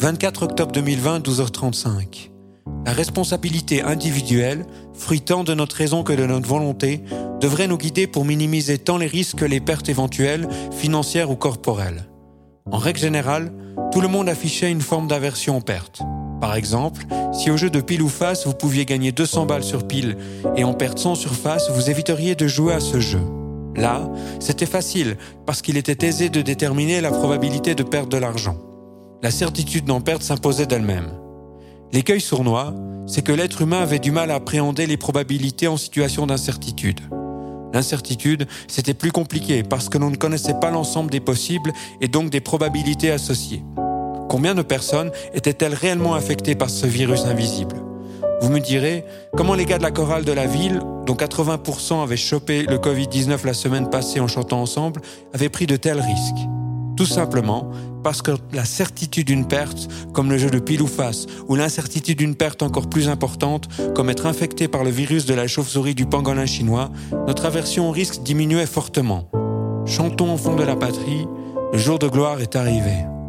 24 octobre 2020, 12h35. La responsabilité individuelle, fruit tant de notre raison que de notre volonté, devrait nous guider pour minimiser tant les risques que les pertes éventuelles, financières ou corporelles. En règle générale, tout le monde affichait une forme d'aversion aux pertes. Par exemple, si au jeu de pile ou face, vous pouviez gagner 200 balles sur pile et en perdre 100 sur face, vous éviteriez de jouer à ce jeu. Là, c'était facile, parce qu'il était aisé de déterminer la probabilité de perdre de l'argent. La certitude d'en perdre s'imposait d'elle-même. L'écueil sournois, c'est que l'être humain avait du mal à appréhender les probabilités en situation d'incertitude. L'incertitude, c'était plus compliqué parce que l'on ne connaissait pas l'ensemble des possibles et donc des probabilités associées. Combien de personnes étaient-elles réellement affectées par ce virus invisible ? Vous me direz, comment les gars de la chorale de la ville, dont 80% avaient chopé le Covid-19 la semaine passée en chantant ensemble, avaient pris de tels risques ? Tout simplement parce que la certitude d'une perte, comme le jeu de pile ou face, ou l'incertitude d'une perte encore plus importante, comme être infecté par le virus de la chauve-souris du pangolin chinois, notre aversion au risque diminuait fortement. Chantons au fond de la patrie, le jour de gloire est arrivé.